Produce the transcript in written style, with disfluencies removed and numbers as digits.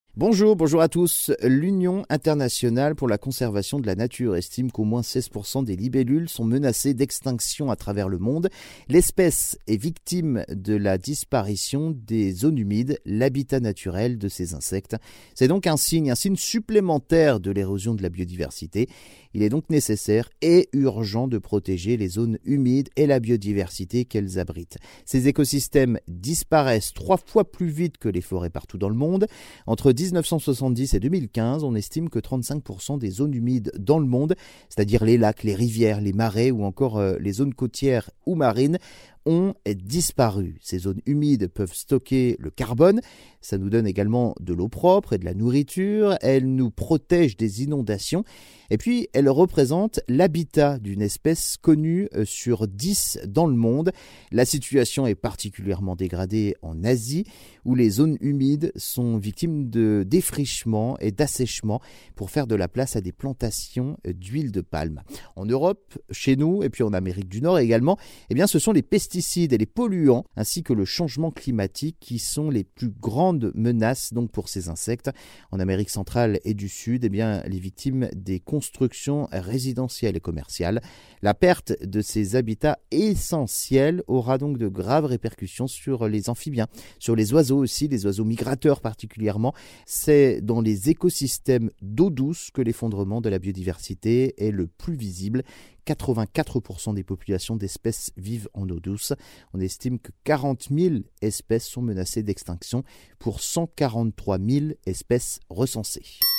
Bonjour à tous. L'Union internationale pour la conservation de la nature estime qu'au moins 16% des libellules sont menacées d'extinction à travers le monde. L'espèce est victime de la disparition des zones humides, l'habitat naturel de ces insectes. C'est donc un signe supplémentaire de l'érosion de la biodiversité. Il est donc nécessaire et urgent de protéger les zones humides et la biodiversité qu'elles abritent. Ces écosystèmes disparaissent 3 fois plus vite que les forêts partout dans le monde. Entre 1970 et 2015, on estime que 35% des zones humides dans le monde, c'est-à-dire les lacs, les rivières, les marais ou encore les zones côtières ou marines, ont disparu. Ces zones humides peuvent stocker le carbone. Ça nous donne également de l'eau propre et de la nourriture. Elles nous protègent des inondations. Et puis, elles représentent l'habitat d'une espèce connue sur 10 dans le monde. La situation est particulièrement dégradée en Asie, où les zones humides sont victimes de défrichement et d'assèchement pour faire de la place à des plantations d'huile de palme. En Europe, chez nous, et puis en Amérique du Nord également, ce sont les pesticides et les polluants, ainsi que le changement climatique qui sont les plus grandes menaces donc pour ces insectes. En Amérique centrale et du Sud, les victimes des constructions résidentielles et commerciales. La perte de ces habitats essentiels aura donc de graves répercussions sur les amphibiens, sur les oiseaux aussi, les oiseaux migrateurs particulièrement. C'est dans les écosystèmes d'eau douce que l'effondrement de la biodiversité est le plus visible. 84% des populations d'espèces vivent en eau douce. On estime que 40 000 espèces sont menacées d'extinction pour 143 000 espèces recensées.